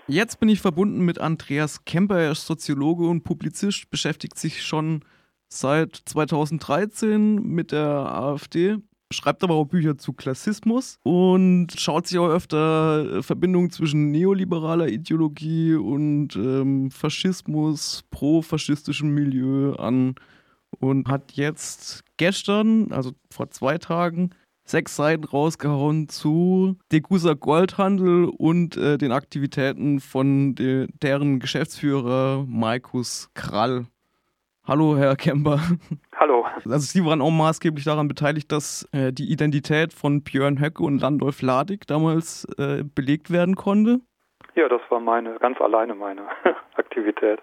Jetzt bin ich verbunden mit Andreas Kemper. Er ist Soziologe und Publizist, beschäftigt sich schon seit 2013 mit der AfD, schreibt aber auch Bücher zu Klassismus und schaut sich auch öfter Verbindungen zwischen neoliberaler Ideologie und Faschismus, pro-faschistischem Milieu an und hat jetzt gestern, also vor 2 Tagen, 6 Seiten rausgehauen zu Degussa Goldhandel und den Aktivitäten von deren Geschäftsführer Markus Krall. Hallo, Herr Kemper. Hallo. Also Sie waren auch maßgeblich daran beteiligt, dass die Identität von Björn Höcke und Landolf Ladig damals belegt werden konnte? Ja, das war ganz alleine meine Aktivität.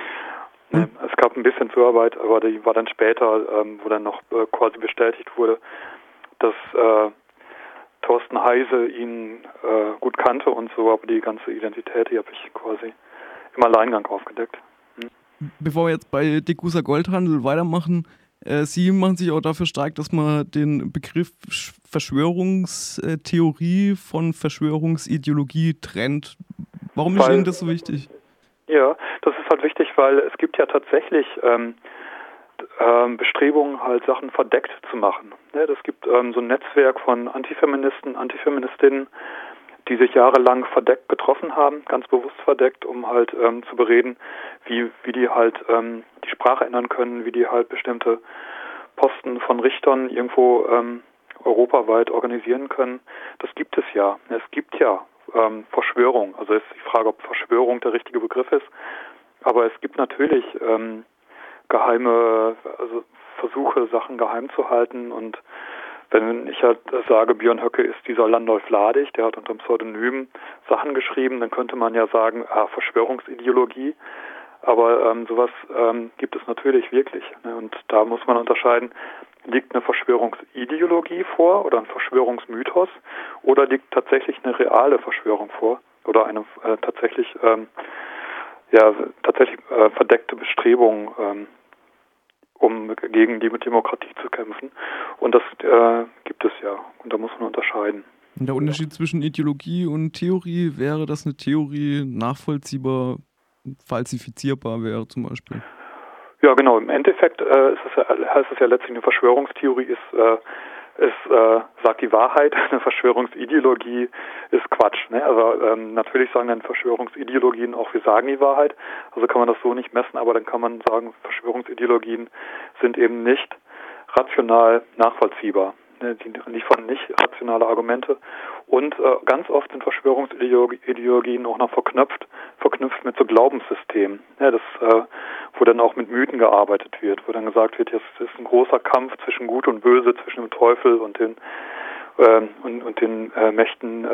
Es gab ein bisschen Zuarbeit, aber die war dann später, wo dann noch quasi bestätigt wurde, dass Thorsten Heise ihn gut kannte und so, aber die ganze Identität, die habe ich quasi im Alleingang aufgedeckt. Bevor wir jetzt bei Degussa Goldhandel weitermachen, Sie machen sich auch dafür stark, dass man den Begriff Verschwörungstheorie von Verschwörungsideologie trennt. Warum ist Ihnen das so wichtig? Ja, das ist halt wichtig, weil es gibt ja tatsächlich Bestrebungen, halt Sachen verdeckt zu machen. Es gibt so ein Netzwerk von Antifeministen, Antifeministinnen, die sich jahrelang verdeckt getroffen haben, ganz bewusst verdeckt, um halt zu bereden, wie die halt die Sprache ändern können, wie die halt bestimmte Posten von Richtern irgendwo europaweit organisieren können. Das gibt es ja. Es gibt ja Verschwörung. Also ist die Frage, ob Verschwörung der richtige Begriff ist. Aber es gibt natürlich geheime Versuche, Sachen geheim zu halten. Und wenn ich halt sage, Björn Höcke ist dieser Landolf Ladig, der hat unter dem Pseudonym Sachen geschrieben, dann könnte man ja sagen, Verschwörungsideologie. Aber sowas gibt es natürlich wirklich. Ne? Und da muss man unterscheiden, liegt eine Verschwörungsideologie vor oder ein Verschwörungsmythos oder liegt tatsächlich eine reale Verschwörung vor oder eine tatsächlich verdeckte Bestrebung, um gegen die Demokratie zu kämpfen. Und das gibt es ja. Und da muss man unterscheiden. Und der Unterschied zwischen Ideologie und Theorie wäre, dass eine Theorie nachvollziehbar, falsifizierbar wäre zum Beispiel. Ja, genau. Im Endeffekt heißt es ja letztlich, eine Verschwörungstheorie sagt die Wahrheit, eine Verschwörungsideologie ist Quatsch. Ne? Also natürlich sagen dann Verschwörungsideologien auch, wir sagen die Wahrheit. Also kann man das so nicht messen, aber dann kann man sagen, Verschwörungsideologien sind eben nicht rational nachvollziehbar. Ne? Die liefern nicht rationale Argumente. Und ganz oft sind Verschwörungsideologien auch noch verknüpft mit so Glaubenssystemen. Ja, wo dann auch mit Mythen gearbeitet wird, wo dann gesagt wird, jetzt ist ein großer Kampf zwischen Gut und Böse, zwischen dem Teufel und den Mächten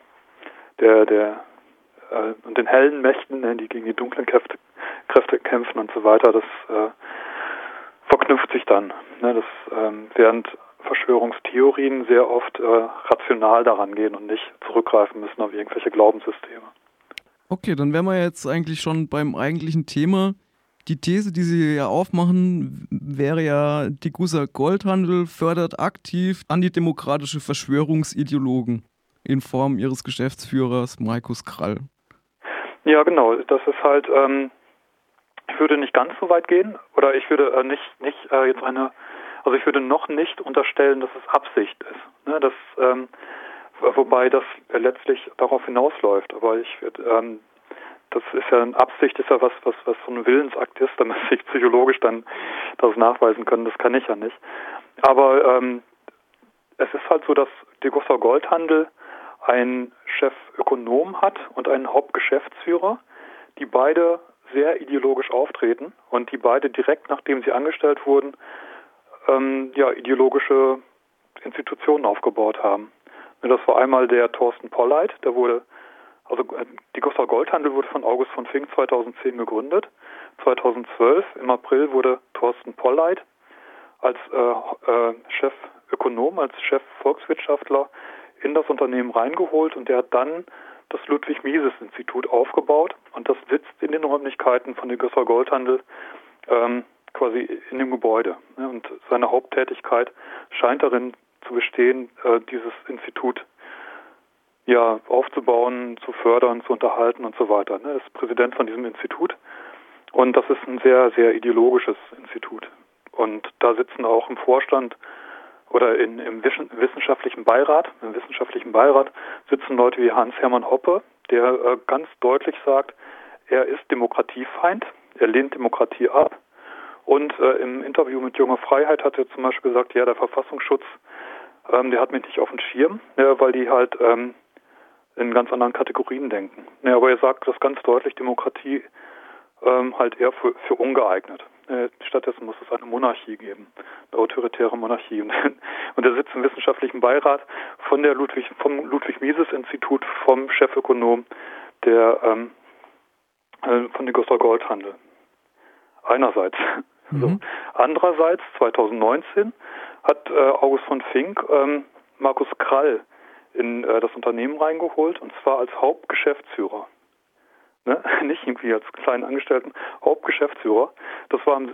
und den hellen Mächten, die gegen die dunklen Kräfte kämpfen und so weiter. Das verknüpft sich dann. Ne? Während Verschwörungstheorien sehr oft rational daran gehen und nicht zurückgreifen müssen auf irgendwelche Glaubenssysteme. Okay, dann wären wir jetzt eigentlich schon beim eigentlichen Thema. Die These, die Sie ja aufmachen, wäre ja, Degussa Goldhandel fördert aktiv antidemokratische Verschwörungsideologen in Form ihres Geschäftsführers Markus Krall. Ja, genau. Das ist halt, ich würde nicht ganz so weit gehen, oder ich würde ich würde noch nicht unterstellen, dass es Absicht ist. Ne? Wobei das letztlich darauf hinausläuft. Aber das ist ja Absicht, ist ja was so ein Willensakt ist, da müsste ich psychologisch dann das nachweisen können, das kann ich ja nicht. Aber es ist halt so, dass Degussa Goldhandel einen Chefökonom hat und einen Hauptgeschäftsführer, die beide sehr ideologisch auftreten und die beide direkt, nachdem sie angestellt wurden, ideologische Institutionen aufgebaut haben. Das war einmal der Thorsten Polleit, Degussa Goldhandel wurde von August von Fink 2010 gegründet. 2012 im April wurde Thorsten Polleit als Chefökonom, als Chefvolkswirtschaftler in das Unternehmen reingeholt und der hat dann das Ludwig-Mises-Institut aufgebaut und das sitzt in den Räumlichkeiten von Degussa Goldhandel quasi in dem Gebäude. Ne? Und seine Haupttätigkeit scheint darin zu bestehen, dieses Institut ja, aufzubauen, zu fördern, zu unterhalten und so weiter. Er ist Präsident von diesem Institut und das ist ein sehr, sehr ideologisches Institut. Und da sitzen auch im Vorstand oder im wissenschaftlichen Beirat, sitzen Leute wie Hans-Hermann Hoppe, der ganz deutlich sagt, er ist Demokratiefeind, er lehnt Demokratie ab. Und im Interview mit Junge Freiheit hat er zum Beispiel gesagt, ja, der Verfassungsschutz, der hat mich nicht auf dem Schirm, weil die halt in ganz anderen Kategorien denken. Ja, aber er sagt das ganz deutlich, Demokratie halt eher für ungeeignet. Stattdessen muss es eine Monarchie geben, eine autoritäre Monarchie. Und er sitzt im wissenschaftlichen Beirat vom Ludwig-Mises-Institut, vom Chefökonom von der Gustav Goldhandel. Einerseits. So. Andererseits, 2019, hat August von Fink Markus Krall in das Unternehmen reingeholt, und zwar als Hauptgeschäftsführer. Ne? Nicht irgendwie als kleinen Angestellten, Hauptgeschäftsführer. Das war am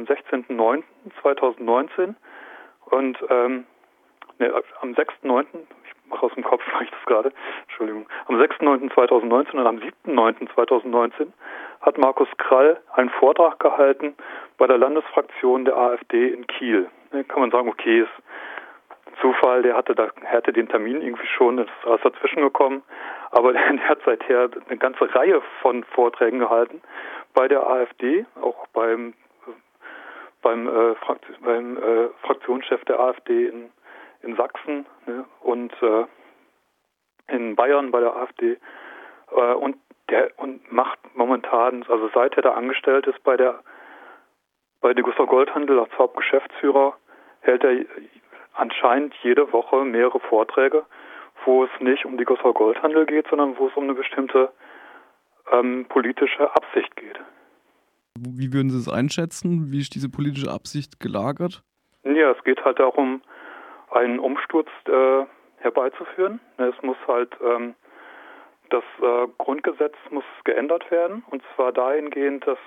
16.09.2019 und am 6.9., ich mache aus dem Kopf, mache ich das gerade, Entschuldigung, am 6.9.2019 und am 7.9.2019 hat Markus Krall einen Vortrag gehalten bei der Landesfraktion der AfD in Kiel. Da kann man sagen, okay, ist Zufall, der hatte den Termin irgendwie schon, ist alles dazwischen gekommen, aber der hat seither eine ganze Reihe von Vorträgen gehalten bei der AfD, auch beim Fraktionschef der AfD in Sachsen, ne, und in Bayern bei der AfD, und macht momentan, also seit er da angestellt ist bei der Gustav Goldhandel als Hauptgeschäftsführer, hält er anscheinend jede Woche mehrere Vorträge, wo es nicht um die Gustav Goldhandel geht, sondern wo es um eine bestimmte politische Absicht geht. Wie würden Sie es einschätzen? Wie ist diese politische Absicht gelagert? Ja, es geht halt darum, einen Umsturz herbeizuführen. Es muss halt das Grundgesetz muss geändert werden, und zwar dahingehend, dass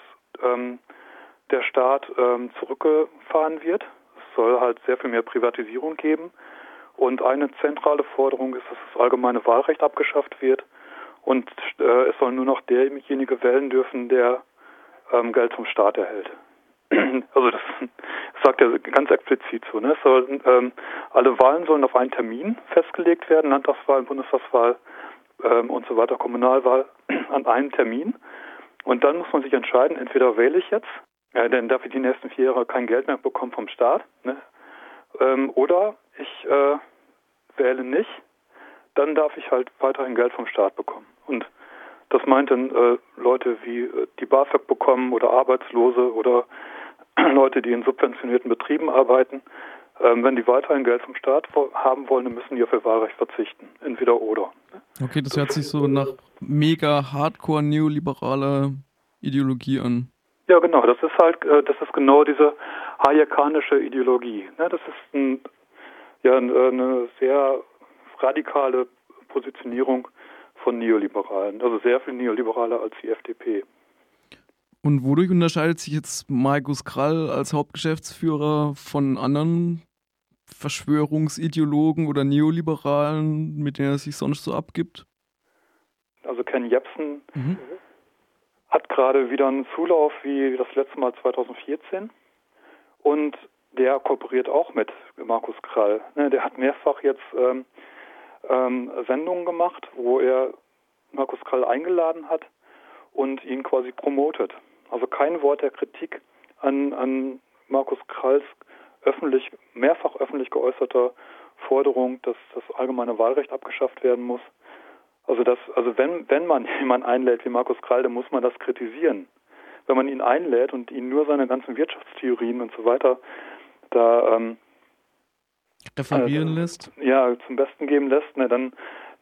der Staat zurückgefahren wird. Es soll halt sehr viel mehr Privatisierung geben, und eine zentrale Forderung ist, dass das allgemeine Wahlrecht abgeschafft wird, und es soll nur noch derjenige wählen dürfen, der Geld vom Staat erhält. Also das sagt er ganz explizit so. Ne? Alle Wahlen sollen auf einen Termin festgelegt werden, Landtagswahl, Bundestagswahl und so weiter, Kommunalwahl an einem Termin. Und dann muss man sich entscheiden, entweder wähle ich jetzt, dann darf ich die nächsten 4 Jahre kein Geld mehr bekommen vom Staat, ne? Oder ich wähle nicht, dann darf ich halt weiterhin Geld vom Staat bekommen. Und das meint dann Leute wie die BAföG bekommen oder Arbeitslose oder Leute, die in subventionierten Betrieben arbeiten. Wenn die weiterhin Geld vom Staat haben wollen, dann müssen die auf ihr Wahlrecht verzichten. Entweder oder. Okay, das hört sich so nach mega hardcore neoliberaler Ideologie an. Ja, genau. Das ist genau diese hayekanische Ideologie. Ne? Das ist eine sehr radikale Positionierung von Neoliberalen. Also sehr viel neoliberaler als die FDP. Und wodurch unterscheidet sich jetzt Markus Krall als Hauptgeschäftsführer von anderen Verschwörungsideologen oder Neoliberalen, mit denen er sich sonst so abgibt? Also Ken Jebsen hat gerade wieder einen Zulauf wie das letzte Mal 2014, und der kooperiert auch mit Markus Krall. Der hat mehrfach jetzt Sendungen gemacht, wo er Markus Krall eingeladen hat und ihn quasi promotet. Also kein Wort der Kritik an Markus Kralls mehrfach öffentlich geäußerter Forderung, dass das allgemeine Wahlrecht abgeschafft werden muss. Also wenn man jemanden einlädt wie Markus Krall, dann muss man das kritisieren. Wenn man ihn einlädt und ihn nur seine ganzen Wirtschaftstheorien und so weiter da referieren lässt? Ja, zum Besten geben lässt, ne, dann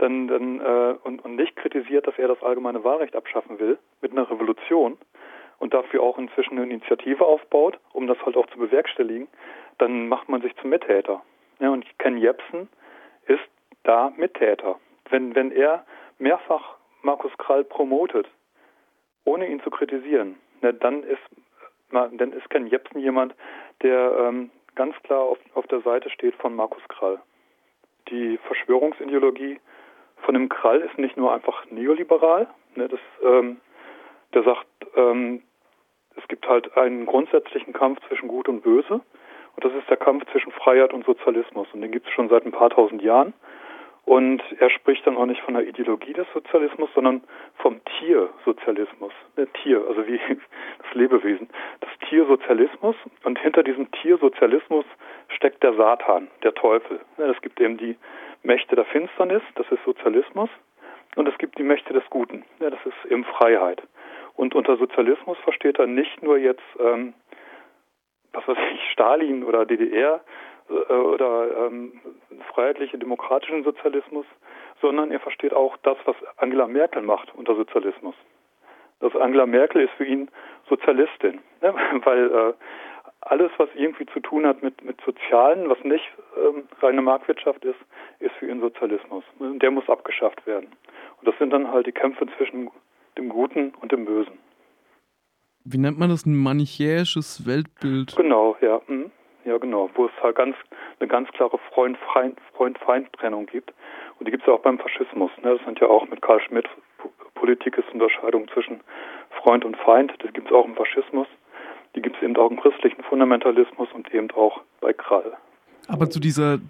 und nicht kritisiert, dass er das allgemeine Wahlrecht abschaffen will mit einer Revolution und dafür auch inzwischen eine Initiative aufbaut, um das halt auch zu bewerkstelligen, dann macht man sich zum Mittäter. Ja, und Ken Jebsen ist da Mittäter. Wenn er mehrfach Markus Krall promotet, ohne ihn zu kritisieren, ne, dann ist Ken Jebsen jemand, der ganz klar auf der Seite steht von Markus Krall. Die Verschwörungsideologie von dem Krall ist nicht nur einfach neoliberal, ne, der sagt, es gibt halt einen grundsätzlichen Kampf zwischen Gut und Böse und das ist der Kampf zwischen Freiheit und Sozialismus und den gibt es schon seit ein paar tausend Jahren und er spricht dann auch nicht von der Ideologie des Sozialismus, sondern vom Tiersozialismus. Tier, also wie das Lebewesen. Das Tiersozialismus und hinter diesem Tiersozialismus steckt der Satan, der Teufel. Es gibt eben die Mächte der Finsternis, das ist Sozialismus und es gibt die Mächte des Guten, das ist eben Freiheit. Und unter Sozialismus versteht er nicht nur jetzt, was weiß ich, Stalin oder DDR oder freiheitliche demokratischen Sozialismus, sondern er versteht auch das, was Angela Merkel macht unter Sozialismus. Das Angela Merkel ist für ihn Sozialistin, ne? Weil alles, was irgendwie zu tun hat mit Sozialen, was nicht reine Marktwirtschaft ist, ist für ihn Sozialismus. Der muss abgeschafft werden. Und das sind dann halt die Kämpfe zwischen dem Guten und dem Bösen. Wie nennt man das? Ein manichäisches Weltbild? Genau, ja. Ja, genau. Wo es halt eine ganz klare Freund-Feind-Trennung gibt. Und die gibt es ja auch beim Faschismus. Ne? Das sind ja auch mit Carl Schmitt, Politik ist Unterscheidung zwischen Freund und Feind. Das gibt es auch im Faschismus. Die gibt es eben auch im christlichen Fundamentalismus und eben auch bei Krall. Aber zu dieser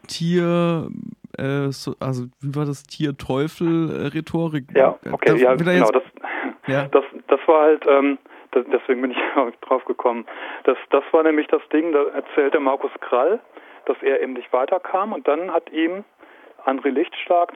also wie war das, Tier-Teufel-Rhetorik? Ja, okay, ja, genau. Das war halt, deswegen bin ich drauf gekommen. Das war nämlich das Ding, da erzählte Markus Krall, dass er eben nicht weiterkam und dann hat ihm André Lichtstark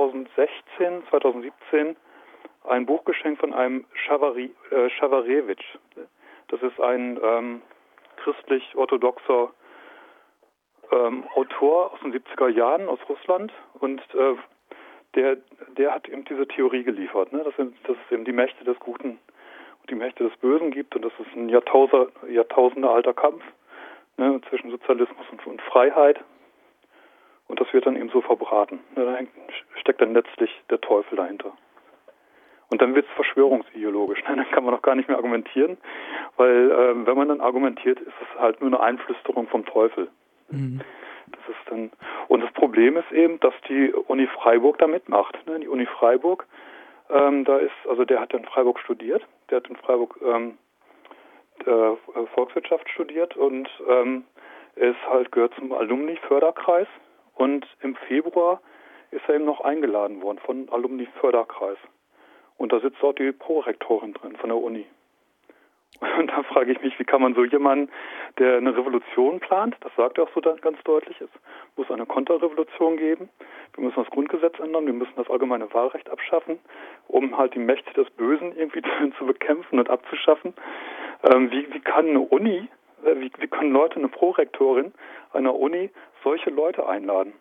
2017 ein Buch geschenkt von einem Schawarewitsch. Das ist ein christlich-orthodoxer Autor aus den 70er Jahren aus Russland und der hat eben diese Theorie geliefert, ne? Dass es eben die Mächte des Guten und die Mächte des Bösen gibt und das ist ein Jahrtausende alter Kampf, ne, zwischen Sozialismus und Freiheit und das wird dann eben so verbraten. Ne? Da steckt dann letztlich der Teufel dahinter. Und dann wird es verschwörungsideologisch. Ne? Dann kann man noch gar nicht mehr argumentieren, weil wenn man dann argumentiert, ist es halt nur eine Einflüsterung vom Teufel. Mhm. Das ist dann, und das Problem ist eben, dass die Uni Freiburg da mitmacht. Ne? Die Uni Freiburg, der hat in Freiburg studiert, der hat in Freiburg Volkswirtschaft studiert und gehört zum Alumni-Förderkreis und im Februar ist er eben noch eingeladen worden von Alumni-Förderkreis. Und da sitzt dort die Prorektorin drin von der Uni. Und da frage ich mich, wie kann man so jemanden, der eine Revolution plant, das sagt er auch so ganz deutlich, es muss eine Konterrevolution geben, wir müssen das Grundgesetz ändern, wir müssen das allgemeine Wahlrecht abschaffen, um halt die Mächte des Bösen irgendwie zu bekämpfen und abzuschaffen. Wie kann eine Uni, wie können Leute, eine Prorektorin einer Uni, solche Leute einladen?